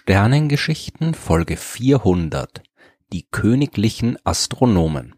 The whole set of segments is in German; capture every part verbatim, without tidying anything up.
Sternengeschichten Folge vierhundert. Die königlichen Astronomen.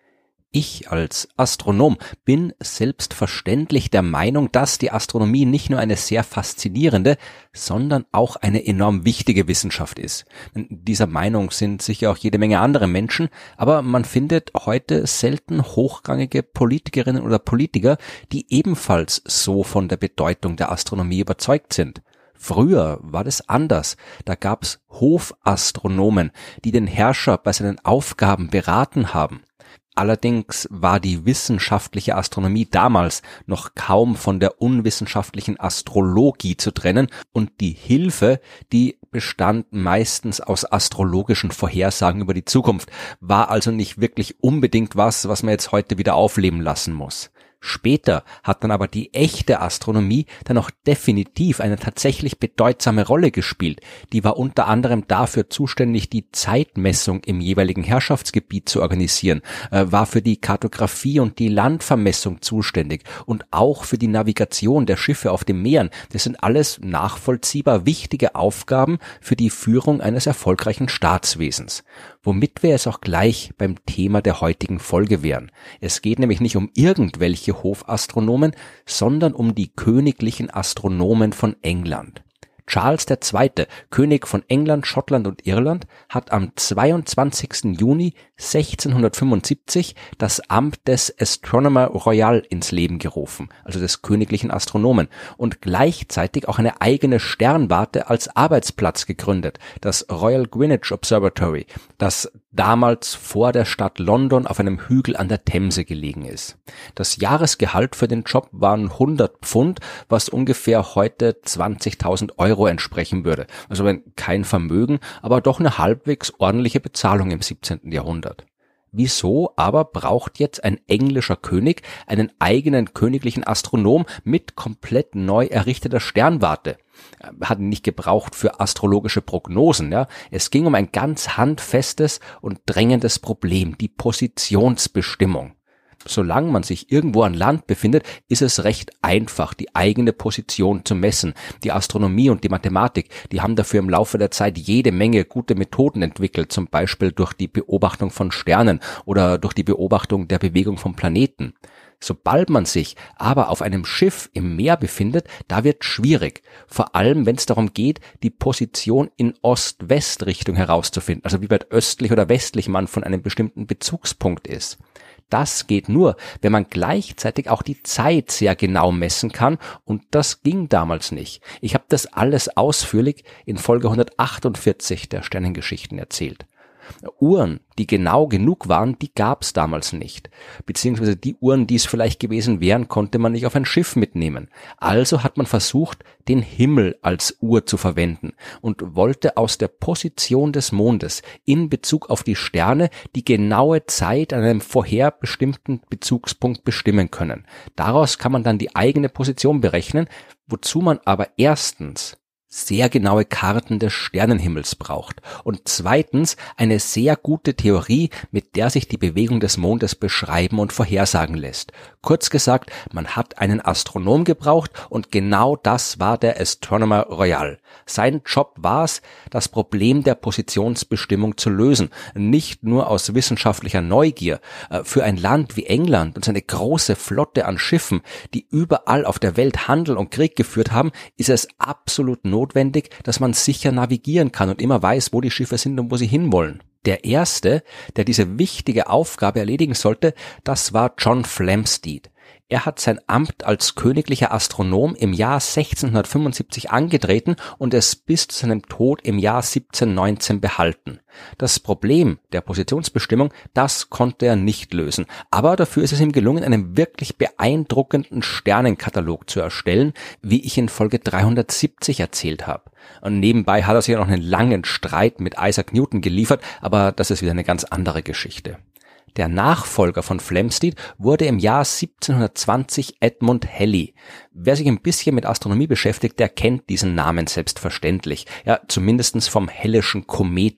Ich als Astronom bin selbstverständlich der Meinung, dass die Astronomie nicht nur eine sehr faszinierende, sondern auch eine enorm wichtige Wissenschaft ist. Dieser Meinung sind sicher auch jede Menge andere Menschen, aber man findet heute selten hochrangige Politikerinnen oder Politiker, die ebenfalls so von der Bedeutung der Astronomie überzeugt sind. Früher war das anders. Da gab's Hofastronomen, die den Herrscher bei seinen Aufgaben beraten haben. Allerdings war die wissenschaftliche Astronomie damals noch kaum von der unwissenschaftlichen Astrologie zu trennen und die Hilfe, die bestand meistens aus astrologischen Vorhersagen über die Zukunft, war also nicht wirklich unbedingt was, was man jetzt heute wieder aufleben lassen muss. Später hat dann aber die echte Astronomie dann auch definitiv eine tatsächlich bedeutsame Rolle gespielt. Die war unter anderem dafür zuständig, die Zeitmessung im jeweiligen Herrschaftsgebiet zu organisieren, äh, war für die Kartografie und die Landvermessung zuständig und auch für die Navigation der Schiffe auf den Meeren. Das sind alles nachvollziehbar wichtige Aufgaben für die Führung eines erfolgreichen Staatswesens. Womit wir es auch gleich beim Thema der heutigen Folge wären. Es geht nämlich nicht um irgendwelche Hofastronomen, sondern um die königlichen Astronomen von England. Charles der Zweite, König von England, Schottland und Irland, hat am zweiundzwanzigsten Juni sechzehnhundertfünfundsiebzig das Amt des Astronomer Royal ins Leben gerufen, also des königlichen Astronomen, und gleichzeitig auch eine eigene Sternwarte als Arbeitsplatz gegründet, das Royal Greenwich Observatory, das damals vor der Stadt London auf einem Hügel an der Themse gelegen ist. Das Jahresgehalt für den Job waren hundert Pfund, was ungefähr heute zwanzigtausend Euro entsprechen würde. Also kein Vermögen, aber doch eine halbwegs ordentliche Bezahlung im siebzehnten Jahrhundert. Wieso aber braucht jetzt ein englischer König einen eigenen königlichen Astronom mit komplett neu errichteter Sternwarte? Hat ihn nicht gebraucht für astrologische Prognosen, ja. Es ging um ein ganz handfestes und drängendes Problem, die Positionsbestimmung. Solange man sich irgendwo an Land befindet, ist es recht einfach, die eigene Position zu messen. Die Astronomie und die Mathematik, die haben dafür im Laufe der Zeit jede Menge gute Methoden entwickelt, zum Beispiel durch die Beobachtung von Sternen oder durch die Beobachtung der Bewegung von Planeten. Sobald man sich aber auf einem Schiff im Meer befindet, da wird schwierig. Vor allem, wenn es darum geht, die Position in Ost-West-Richtung herauszufinden, also wie weit östlich oder westlich man von einem bestimmten Bezugspunkt ist. Das geht nur, wenn man gleichzeitig auch die Zeit sehr genau messen kann, und das ging damals nicht. Ich habe das alles ausführlich in Folge hundertachtundvierzig der Sternengeschichten erzählt. Uhren, die genau genug waren, die gab's damals nicht. Beziehungsweise die Uhren, die es vielleicht gewesen wären, konnte man nicht auf ein Schiff mitnehmen. Also hat man versucht, den Himmel als Uhr zu verwenden und wollte aus der Position des Mondes in Bezug auf die Sterne die genaue Zeit an einem vorherbestimmten Bezugspunkt bestimmen können. Daraus kann man dann die eigene Position berechnen, wozu man aber erstens sehr genaue Karten des Sternenhimmels braucht und zweitens eine sehr gute Theorie, mit der sich die Bewegung des Mondes beschreiben und vorhersagen lässt. Kurz gesagt, man hat einen Astronom gebraucht und genau das war der Astronomer Royal. Sein Job war es, das Problem der Positionsbestimmung zu lösen, nicht nur aus wissenschaftlicher Neugier. Für ein Land wie England und seine große Flotte an Schiffen, die überall auf der Welt Handel und Krieg geführt haben, ist es absolut notwendig, dass man sicher navigieren kann und immer weiß, wo die Schiffe sind und wo sie hinwollen. Der erste, der diese wichtige Aufgabe erledigen sollte, das war John Flamsteed. Er hat sein Amt als königlicher Astronom im Jahr sechzehnhundertfünfundsiebzig angetreten und es bis zu seinem Tod im Jahr siebzehnhundertneunzehn behalten. Das Problem der Positionsbestimmung, das konnte er nicht lösen, aber dafür ist es ihm gelungen, einen wirklich beeindruckenden Sternenkatalog zu erstellen, wie ich in Folge dreihundertsiebzig erzählt habe. Und nebenbei hat er sich ja noch einen langen Streit mit Isaac Newton geliefert, aber das ist wieder eine ganz andere Geschichte. Der Nachfolger von Flamsteed wurde im Jahr siebzehnhundertzwanzig Edmund Halley. Wer sich ein bisschen mit Astronomie beschäftigt, der kennt diesen Namen selbstverständlich. Ja, zumindestens vom Halleyschen Kometen.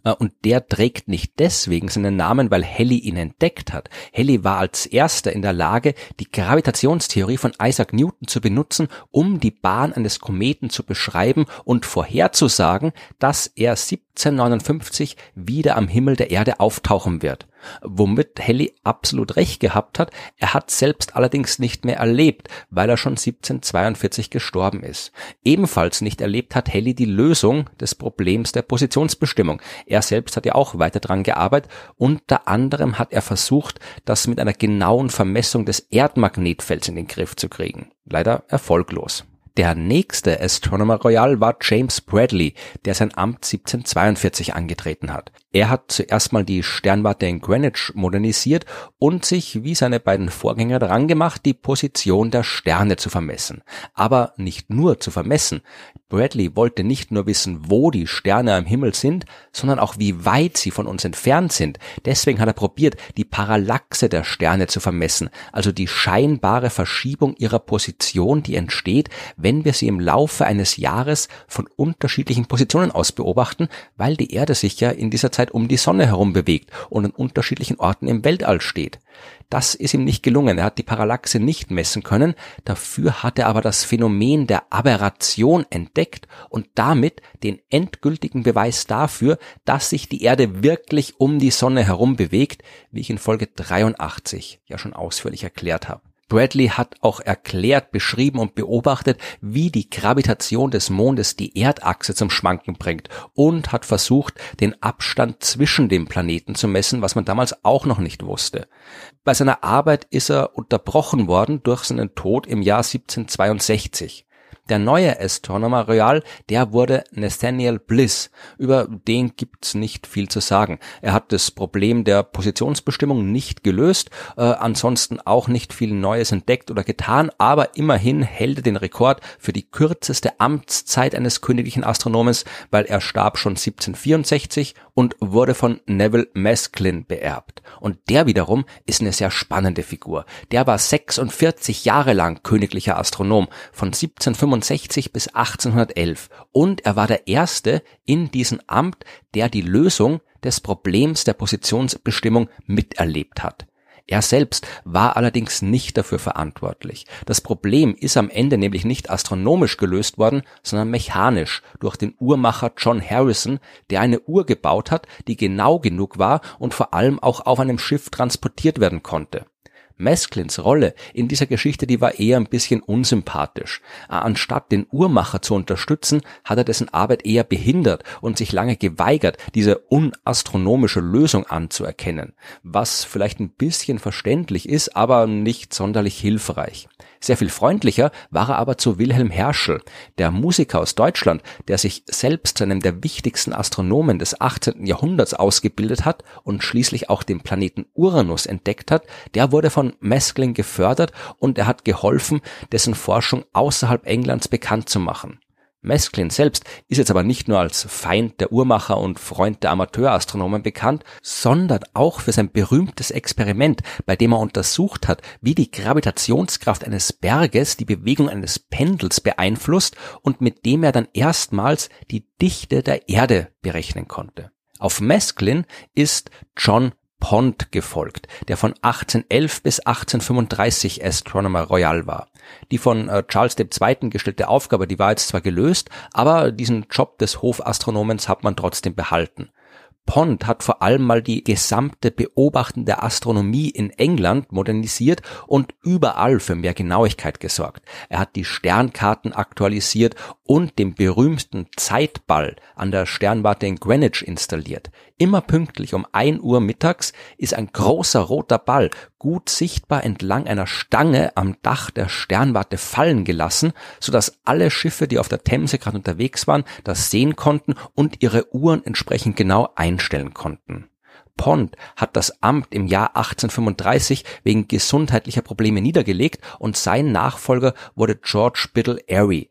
Und der trägt nicht deswegen seinen Namen, weil Halley ihn entdeckt hat. Halley war als erster in der Lage, die Gravitationstheorie von Isaac Newton zu benutzen, um die Bahn eines Kometen zu beschreiben und vorherzusagen, dass er siebzehnhundertneunundfünfzig wieder am Himmel der Erde auftauchen wird. Womit Halley absolut recht gehabt hat. Er hat selbst allerdings nicht mehr erlebt, weil er schon siebzehnhundertzweiundvierzig gestorben ist. Ebenfalls nicht erlebt hat Halley die Lösung des Problems der Positionsbestimmung. Er selbst hat ja auch weiter dran gearbeitet. Unter anderem hat er versucht, das mit einer genauen Vermessung des Erdmagnetfelds in den Griff zu kriegen. Leider erfolglos. Der nächste Astronomer Royal war James Bradley, der sein Amt siebzehnhundertzweiundvierzig angetreten hat. Er hat zuerst mal die Sternwarte in Greenwich modernisiert und sich wie seine beiden Vorgänger daran gemacht, die Position der Sterne zu vermessen. Aber nicht nur zu vermessen. Bradley wollte nicht nur wissen, wo die Sterne am Himmel sind, sondern auch wie weit sie von uns entfernt sind. Deswegen hat er probiert, die Parallaxe der Sterne zu vermessen, also die scheinbare Verschiebung ihrer Position, die entsteht, wenn wir sie im Laufe eines Jahres von unterschiedlichen Positionen aus beobachten, weil die Erde sich ja in dieser Zeit um die Sonne herum bewegt und an unterschiedlichen Orten im Weltall steht. Das ist ihm nicht gelungen. Er hat die Parallaxe nicht messen können. Dafür hat er aber das Phänomen der Aberration entdeckt und damit den endgültigen Beweis dafür, dass sich die Erde wirklich um die Sonne herum bewegt, wie ich in Folge dreiundachtzig ja schon ausführlich erklärt habe. Bradley hat auch erklärt, beschrieben und beobachtet, wie die Gravitation des Mondes die Erdachse zum Schwanken bringt und hat versucht, den Abstand zwischen den Planeten zu messen, was man damals auch noch nicht wusste. Bei seiner Arbeit ist er unterbrochen worden durch seinen Tod im Jahr siebzehnhundertzweiundsechzig. Der neue Astronomer Royal, der wurde Nathaniel Bliss. Über den gibt's nicht viel zu sagen. Er hat das Problem der Positionsbestimmung nicht gelöst, äh, ansonsten auch nicht viel Neues entdeckt oder getan, aber immerhin hält er den Rekord für die kürzeste Amtszeit eines königlichen Astronomen, weil er starb schon siebzehnhundertvierundsechzig und wurde von Neville Mesklin beerbt. Und der wiederum ist eine sehr spannende Figur. Der war sechsundvierzig Jahre lang königlicher Astronom, von siebzehnhundertfünfundsechzig bis achtzehnhundertelf, und er war der Erste in diesem Amt, der die Lösung des Problems der Positionsbestimmung miterlebt hat. Er selbst war allerdings nicht dafür verantwortlich. Das Problem ist am Ende nämlich nicht astronomisch gelöst worden, sondern mechanisch durch den Uhrmacher John Harrison, der eine Uhr gebaut hat, die genau genug war und vor allem auch auf einem Schiff transportiert werden konnte. Mesklins Rolle in dieser Geschichte, die war eher ein bisschen unsympathisch. Anstatt den Uhrmacher zu unterstützen, hat er dessen Arbeit eher behindert und sich lange geweigert, diese unastronomische Lösung anzuerkennen, was vielleicht ein bisschen verständlich ist, aber nicht sonderlich hilfreich. Sehr viel freundlicher war er aber zu Wilhelm Herschel, der Musiker aus Deutschland, der sich selbst zu einem der wichtigsten Astronomen des achtzehnten Jahrhunderts ausgebildet hat und schließlich auch den Planeten Uranus entdeckt hat. Der wurde von Mesklin gefördert und er hat geholfen, dessen Forschung außerhalb Englands bekannt zu machen. Mesklin selbst ist jetzt aber nicht nur als Feind der Uhrmacher und Freund der Amateurastronomen bekannt, sondern auch für sein berühmtes Experiment, bei dem er untersucht hat, wie die Gravitationskraft eines Berges die Bewegung eines Pendels beeinflusst und mit dem er dann erstmals die Dichte der Erde berechnen konnte. Auf Mesklin ist John Pond gefolgt, der von achtzehnhundertelf bis achtzehnhundertfünfunddreißig Astronomer Royal war. Die von äh, Charles der Zweite gestellte Aufgabe, die war jetzt zwar gelöst, aber diesen Job des Hofastronomens hat man trotzdem behalten. Pond hat vor allem mal die gesamte beobachtende Astronomie in England modernisiert und überall für mehr Genauigkeit gesorgt. Er hat die Sternkarten aktualisiert und den berühmten Zeitball an der Sternwarte in Greenwich installiert. Immer pünktlich um ein Uhr mittags ist ein großer roter Ball gut sichtbar entlang einer Stange am Dach der Sternwarte fallen gelassen, sodass alle Schiffe, die auf der Themse gerade unterwegs waren, das sehen konnten und ihre Uhren entsprechend genau einstellen konnten. Pond hat das Amt im Jahr achtzehnhundertfünfunddreißig wegen gesundheitlicher Probleme niedergelegt und sein Nachfolger wurde George Biddle Airy.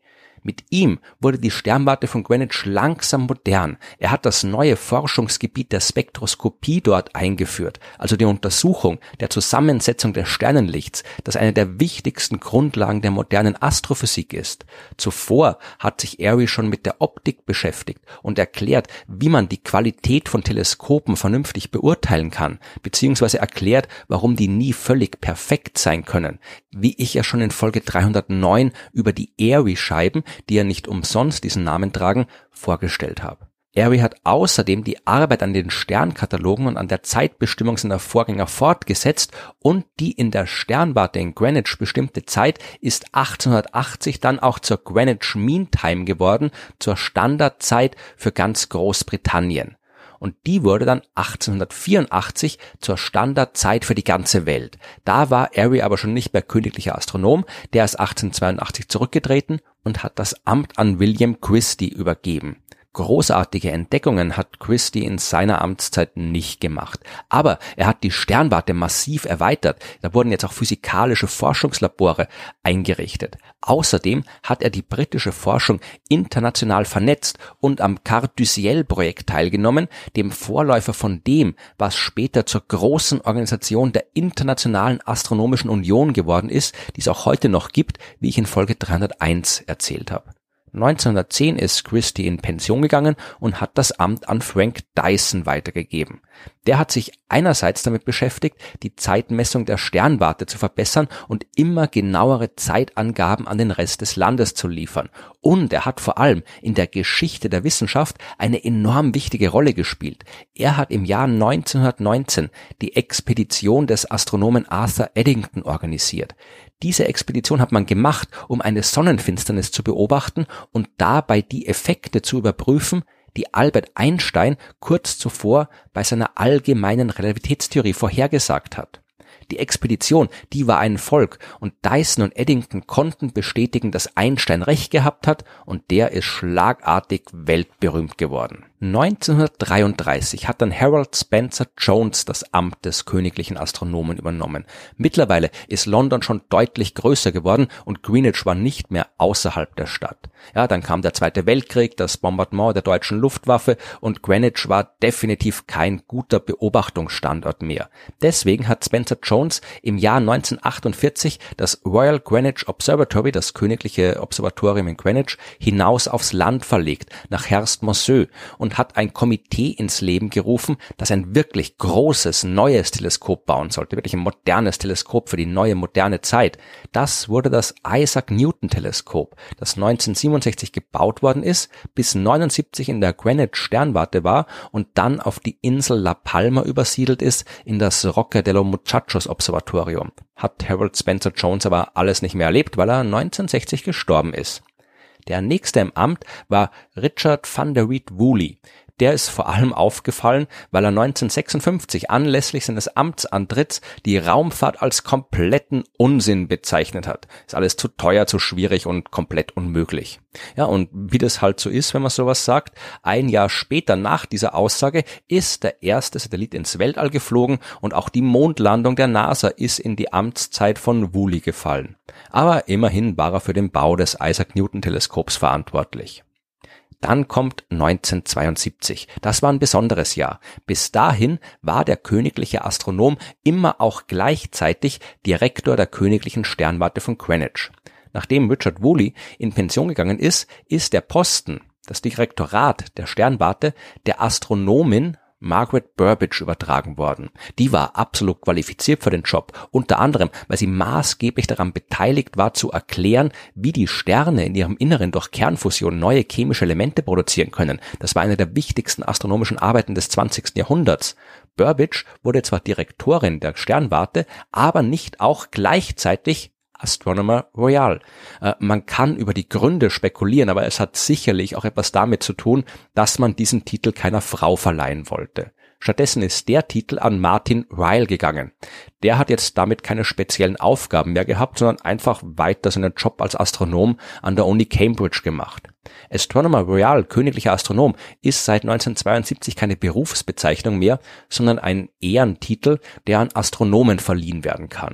Mit ihm wurde die Sternwarte von Greenwich langsam modern. Er hat das neue Forschungsgebiet der Spektroskopie dort eingeführt, also die Untersuchung der Zusammensetzung des Sternenlichts, das eine der wichtigsten Grundlagen der modernen Astrophysik ist. Zuvor hat sich Airy schon mit der Optik beschäftigt und erklärt, wie man die Qualität von Teleskopen vernünftig beurteilen kann, beziehungsweise erklärt, warum die nie völlig perfekt sein können, wie ich ja schon in Folge dreihundertneun über die Airy-Scheiben, die ja nicht umsonst diesen Namen tragen, vorgestellt habe. Airy hat außerdem die Arbeit an den Sternkatalogen und an der Zeitbestimmung seiner Vorgänger fortgesetzt und die in der Sternwarte in Greenwich bestimmte Zeit ist achtzehnhundertachtzig dann auch zur Greenwich Mean Time geworden, zur Standardzeit für ganz Großbritannien. Und die wurde dann achtzehnhundertvierundachtzig zur Standardzeit für die ganze Welt. Da war Airy aber schon nicht mehr königlicher Astronom, der ist achtzehnhundertzweiundachtzig zurückgetreten und hat das Amt an William Christie übergeben. Großartige Entdeckungen hat Christie in seiner Amtszeit nicht gemacht. Aber er hat die Sternwarte massiv erweitert. Da wurden jetzt auch physikalische Forschungslabore eingerichtet. Außerdem hat er die britische Forschung international vernetzt und am Cardusiel-Projekt teilgenommen, dem Vorläufer von dem, was später zur großen Organisation der Internationalen Astronomischen Union geworden ist, die es auch heute noch gibt, wie ich in Folge dreihunderteins erzählt habe. neunzehnhundertzehn ist Christie in Pension gegangen und hat das Amt an Frank Dyson weitergegeben. Der hat sich einerseits damit beschäftigt, die Zeitmessung der Sternwarte zu verbessern und immer genauere Zeitangaben an den Rest des Landes zu liefern. Und er hat vor allem in der Geschichte der Wissenschaft eine enorm wichtige Rolle gespielt. Er hat im Jahr neunzehnhundertneunzehn die Expedition des Astronomen Arthur Eddington organisiert. Diese Expedition hat man gemacht, um eine Sonnenfinsternis zu beobachten und dabei die Effekte zu überprüfen, die Albert Einstein kurz zuvor bei seiner allgemeinen Relativitätstheorie vorhergesagt hat. Die Expedition, die war ein Erfolg und Dyson und Eddington konnten bestätigen, dass Einstein recht gehabt hat und der ist schlagartig weltberühmt geworden. neunzehnhundertdreiunddreißig hat dann Harold Spencer Jones das Amt des königlichen Astronomen übernommen. Mittlerweile ist London schon deutlich größer geworden und Greenwich war nicht mehr außerhalb der Stadt. Ja, dann kam der Zweite Weltkrieg, das Bombardement der deutschen Luftwaffe und Greenwich war definitiv kein guter Beobachtungsstandort mehr. Deswegen hat Spencer Jones im Jahr neunzehnhundertachtundvierzig das Royal Greenwich Observatory, das königliche Observatorium in Greenwich, hinaus aufs Land verlegt, nach Herstmonceux, und hat ein Komitee ins Leben gerufen, das ein wirklich großes, neues Teleskop bauen sollte, wirklich ein modernes Teleskop für die neue, moderne Zeit. Das wurde das Isaac-Newton-Teleskop, das neunzehnhundertsiebenundsechzig gebaut worden ist, bis neunundsiebzig in der Greenwich-Sternwarte war und dann auf die Insel La Palma übersiedelt ist, in das Roque de los Muchachos Observatorium. Hat Harold Spencer Jones aber alles nicht mehr erlebt, weil er neunzehnhundertsechzig gestorben ist. Der nächste im Amt war Richard van der Riet Woolley. Der ist vor allem aufgefallen, weil er neunzehnhundertsechsundfünfzig anlässlich seines Amtsantritts die Raumfahrt als kompletten Unsinn bezeichnet hat. Ist alles zu teuer, zu schwierig und komplett unmöglich. Ja, und wie das halt so ist, wenn man sowas sagt, ein Jahr später nach dieser Aussage ist der erste Satellit ins Weltall geflogen und auch die Mondlandung der NASA ist in die Amtszeit von Woolley gefallen. Aber immerhin war er für den Bau des Isaac-Newton-Teleskops verantwortlich. Dann kommt neunzehnhundertzweiundsiebzig. Das war ein besonderes Jahr. Bis dahin war der königliche Astronom immer auch gleichzeitig Direktor der königlichen Sternwarte von Greenwich. Nachdem Richard Woolley in Pension gegangen ist, ist der Posten, das Direktorat der Sternwarte, der Astronomin Margaret Burbidge übertragen worden. Die war absolut qualifiziert für den Job, unter anderem, weil sie maßgeblich daran beteiligt war, zu erklären, wie die Sterne in ihrem Inneren durch Kernfusion neue chemische Elemente produzieren können. Das war eine der wichtigsten astronomischen Arbeiten des zwanzigsten Jahrhunderts. Burbidge wurde zwar Direktorin der Sternwarte, aber nicht auch gleichzeitig Astronomer Royal. Äh, man kann über die Gründe spekulieren, aber es hat sicherlich auch etwas damit zu tun, dass man diesen Titel keiner Frau verleihen wollte. Stattdessen ist der Titel an Martin Ryle gegangen. Der hat jetzt damit keine speziellen Aufgaben mehr gehabt, sondern einfach weiter seinen Job als Astronom an der Uni Cambridge gemacht. Astronomer Royal, königlicher Astronom, ist seit neunzehnhundertzweiundsiebzig keine Berufsbezeichnung mehr, sondern ein Ehrentitel, der an Astronomen verliehen werden kann.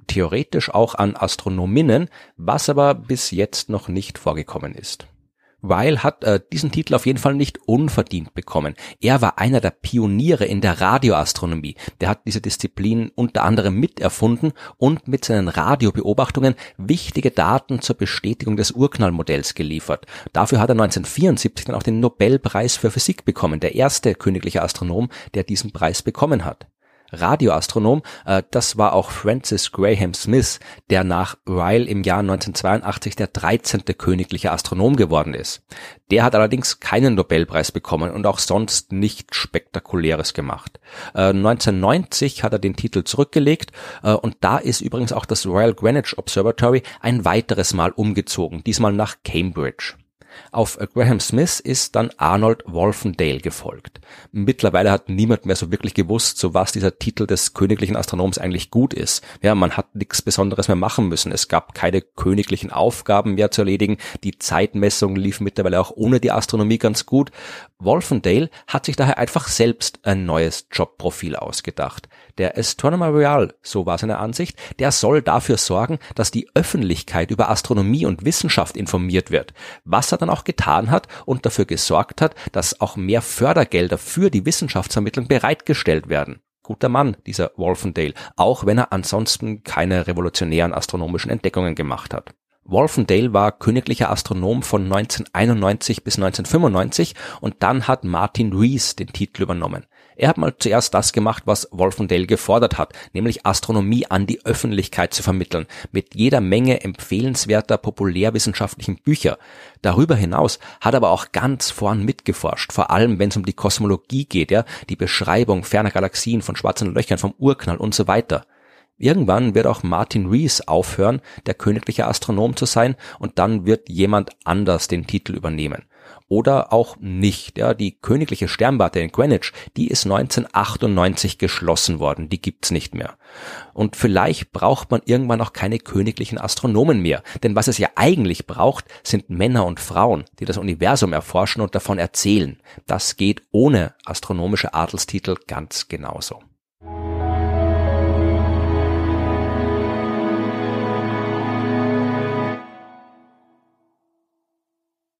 theoretisch auch an Astronominnen, was aber bis jetzt noch nicht vorgekommen ist. Ryle hat äh, diesen Titel auf jeden Fall nicht unverdient bekommen. Er war einer der Pioniere in der Radioastronomie. Der hat diese Disziplin unter anderem miterfunden und mit seinen Radiobeobachtungen wichtige Daten zur Bestätigung des Urknallmodells geliefert. Dafür hat er neunzehnhundertvierundsiebzig dann auch den Nobelpreis für Physik bekommen, der erste königliche Astronom, der diesen Preis bekommen hat. Radioastronom, äh, das war auch Francis Graham Smith, der nach Ryle im Jahr neunzehnhundertzweiundachtzig der dreizehnte königliche Astronom geworden ist. Der hat allerdings keinen Nobelpreis bekommen und auch sonst nichts Spektakuläres gemacht. Äh, neunzehnhundertneunzig hat er den Titel zurückgelegt äh, und da ist übrigens auch das Royal Greenwich Observatory ein weiteres Mal umgezogen, diesmal nach Cambridge. Auf Graham Smith ist dann Arnold Wolfendale gefolgt. Mittlerweile hat niemand mehr so wirklich gewusst, so was dieser Titel des königlichen Astronoms eigentlich gut ist. Ja, man hat nichts Besonderes mehr machen müssen. Es gab keine königlichen Aufgaben mehr zu erledigen. Die Zeitmessung lief mittlerweile auch ohne die Astronomie ganz gut. Wolfendale hat sich daher einfach selbst ein neues Jobprofil ausgedacht. Der Astronomer Royal, so war seine Ansicht, der soll dafür sorgen, dass die Öffentlichkeit über Astronomie und Wissenschaft informiert wird, was er dann auch getan hat und dafür gesorgt hat, dass auch mehr Fördergelder für die Wissenschaftsvermittlung bereitgestellt werden. Guter Mann, dieser Wolfendale, auch wenn er ansonsten keine revolutionären astronomischen Entdeckungen gemacht hat. Wolfendale war königlicher Astronom von neunzehnhunderteinundneunzig bis neunzehnhundertfünfundneunzig und dann hat Martin Rees den Titel übernommen. Er hat mal zuerst das gemacht, was Wolfendale gefordert hat, nämlich Astronomie an die Öffentlichkeit zu vermitteln, mit jeder Menge empfehlenswerter populärwissenschaftlichen Bücher. Darüber hinaus hat er aber auch ganz vorn mitgeforscht, vor allem wenn es um die Kosmologie geht, ja, die Beschreibung ferner Galaxien, von schwarzen Löchern, vom Urknall und so weiter. Irgendwann wird auch Martin Rees aufhören, der königliche Astronom zu sein, und dann wird jemand anders den Titel übernehmen. Oder auch nicht. Ja, die königliche Sternwarte in Greenwich, die ist neunzehnhundertachtundneunzig geschlossen worden, die gibt's nicht mehr. Und vielleicht braucht man irgendwann auch keine königlichen Astronomen mehr, denn was es ja eigentlich braucht, sind Männer und Frauen, die das Universum erforschen und davon erzählen. Das geht ohne astronomische Adelstitel ganz genauso.